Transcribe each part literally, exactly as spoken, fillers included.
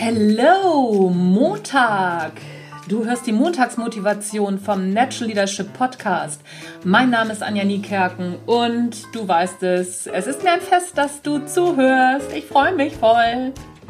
Hello, Montag! Du hörst die Montagsmotivation vom Natural Leadership Podcast. Mein Name ist Anja Niekerken und du weißt es, es ist mir ein Fest, dass du zuhörst. Ich freue mich voll.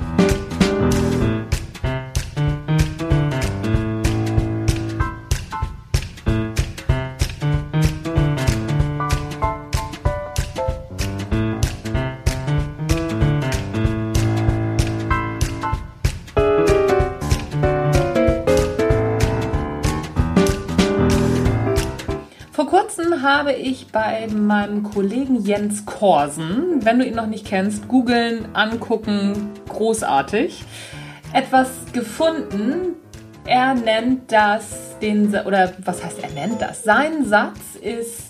Vor kurzem habe ich bei meinem Kollegen Jens Korsen, wenn du ihn noch nicht kennst, googeln, angucken, großartig, etwas gefunden. Er nennt das den, oder was heißt er nennt das? Sein Satz ist: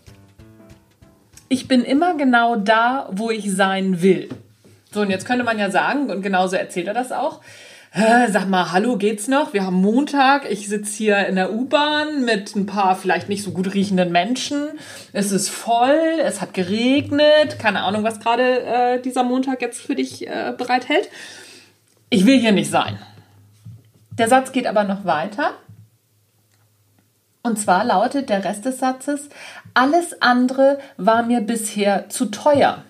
Ich bin immer genau da, wo ich sein will. So, und jetzt könnte man ja sagen, und genauso erzählt er das auch, sag mal, hallo, geht's noch? Wir haben Montag, ich sitze hier in der U-Bahn mit ein paar vielleicht nicht so gut riechenden Menschen. Es ist voll, es hat geregnet, keine Ahnung, was gerade äh, dieser Montag jetzt für dich äh, bereithält. Ich will hier nicht sein. Der Satz geht aber noch weiter. Und zwar lautet der Rest des Satzes: Alles andere war mir bisher zu teuer.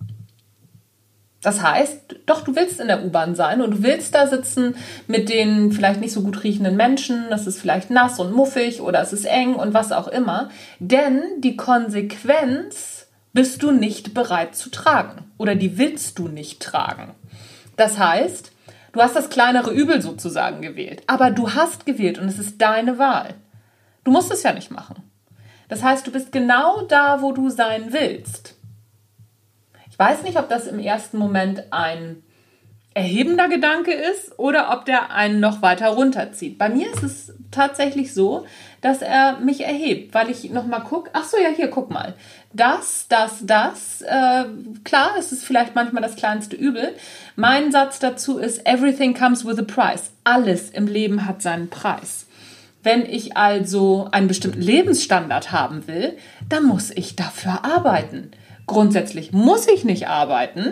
Das heißt, doch, du willst in der U-Bahn sein und du willst da sitzen mit den vielleicht nicht so gut riechenden Menschen. Das ist vielleicht nass und muffig oder es ist eng und was auch immer. Denn die Konsequenz bist du nicht bereit zu tragen oder die willst du nicht tragen. Das heißt, du hast das kleinere Übel sozusagen gewählt, aber du hast gewählt und es ist deine Wahl. Du musst es ja nicht machen. Das heißt, du bist genau da, wo du sein willst. Ich weiß nicht, ob das im ersten Moment ein erhebender Gedanke ist oder ob der einen noch weiter runterzieht. Bei mir ist es tatsächlich so, dass er mich erhebt, weil ich nochmal gucke, ach so, ja, hier, guck mal, das, das, das, äh, klar, es ist vielleicht manchmal das kleinste Übel. Mein Satz dazu ist: Everything comes with a price. Alles im Leben hat seinen Preis. Wenn ich also einen bestimmten Lebensstandard haben will, dann muss ich dafür arbeiten. Grundsätzlich muss ich nicht arbeiten,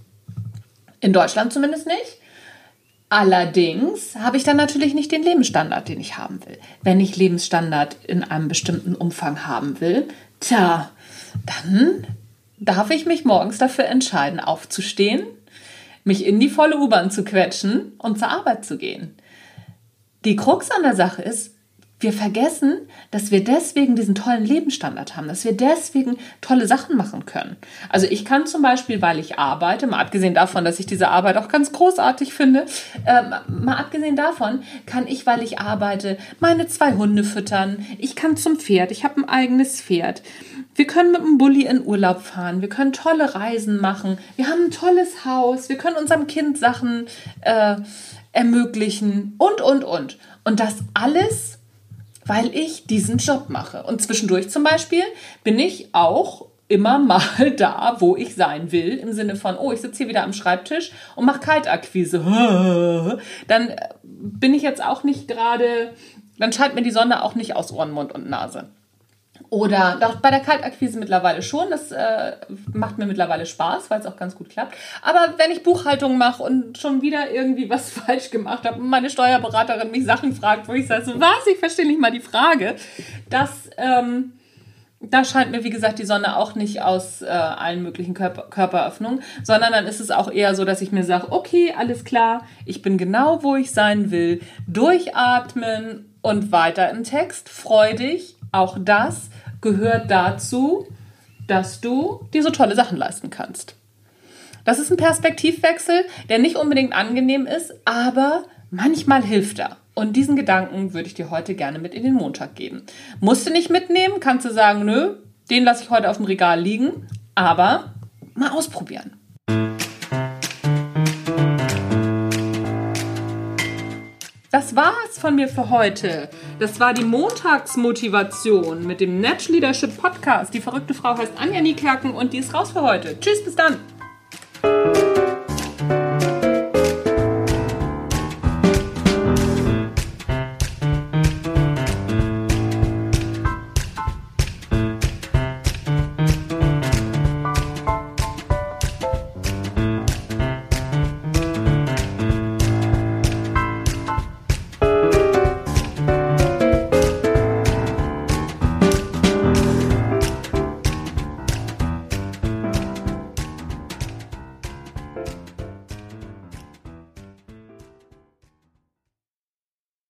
in Deutschland zumindest nicht. Allerdings habe ich dann natürlich nicht den Lebensstandard, den ich haben will. Wenn ich Lebensstandard in einem bestimmten Umfang haben will, tja, dann darf ich mich morgens dafür entscheiden, aufzustehen, mich in die volle U-Bahn zu quetschen und zur Arbeit zu gehen. Die Krux an der Sache ist, wir vergessen, dass wir deswegen diesen tollen Lebensstandard haben, dass wir deswegen tolle Sachen machen können. Also ich kann zum Beispiel, weil ich arbeite, mal abgesehen davon, dass ich diese Arbeit auch ganz großartig finde, äh, mal abgesehen davon kann ich, weil ich arbeite, meine zwei Hunde füttern. Ich kann zum Pferd, ich habe ein eigenes Pferd. Wir können mit dem Bulli in Urlaub fahren, wir können tolle Reisen machen, wir haben ein tolles Haus, wir können unserem Kind Sachen äh, ermöglichen und, und, und. Und das alles, weil ich diesen Job mache. Und zwischendurch zum Beispiel bin ich auch immer mal da, wo ich sein will, im Sinne von, oh, ich sitze hier wieder am Schreibtisch und mache Kaltakquise. Dann bin ich jetzt auch nicht gerade, dann scheint mir die Sonne auch nicht aus Ohren, Mund und Nase. Oder doch bei der Kaltakquise mittlerweile schon, das äh, macht mir mittlerweile Spaß, weil es auch ganz gut klappt. Aber wenn ich Buchhaltung mache und schon wieder irgendwie was falsch gemacht habe und meine Steuerberaterin mich Sachen fragt, wo ich sage, so, was, ich verstehe nicht mal die Frage, das, ähm, da scheint mir, wie gesagt, die Sonne auch nicht aus äh, allen möglichen Körper, Körperöffnungen, sondern dann ist es auch eher so, dass ich mir sage, okay, alles klar, ich bin genau, wo ich sein will, durchatmen und weiter im Text, freu dich. Auch das gehört dazu, dass du dir so tolle Sachen leisten kannst. Das ist ein Perspektivwechsel, der nicht unbedingt angenehm ist, aber manchmal hilft er. Und diesen Gedanken würde ich dir heute gerne mit in den Montag geben. Musst du nicht mitnehmen, kannst du sagen, nö, den lasse ich heute auf dem Regal liegen, aber mal ausprobieren. Das war's von mir für heute. Das war die Montagsmotivation mit dem Natural Leadership Podcast. Die verrückte Frau heißt Anja Niekerken und die ist raus für heute. Tschüss, bis dann.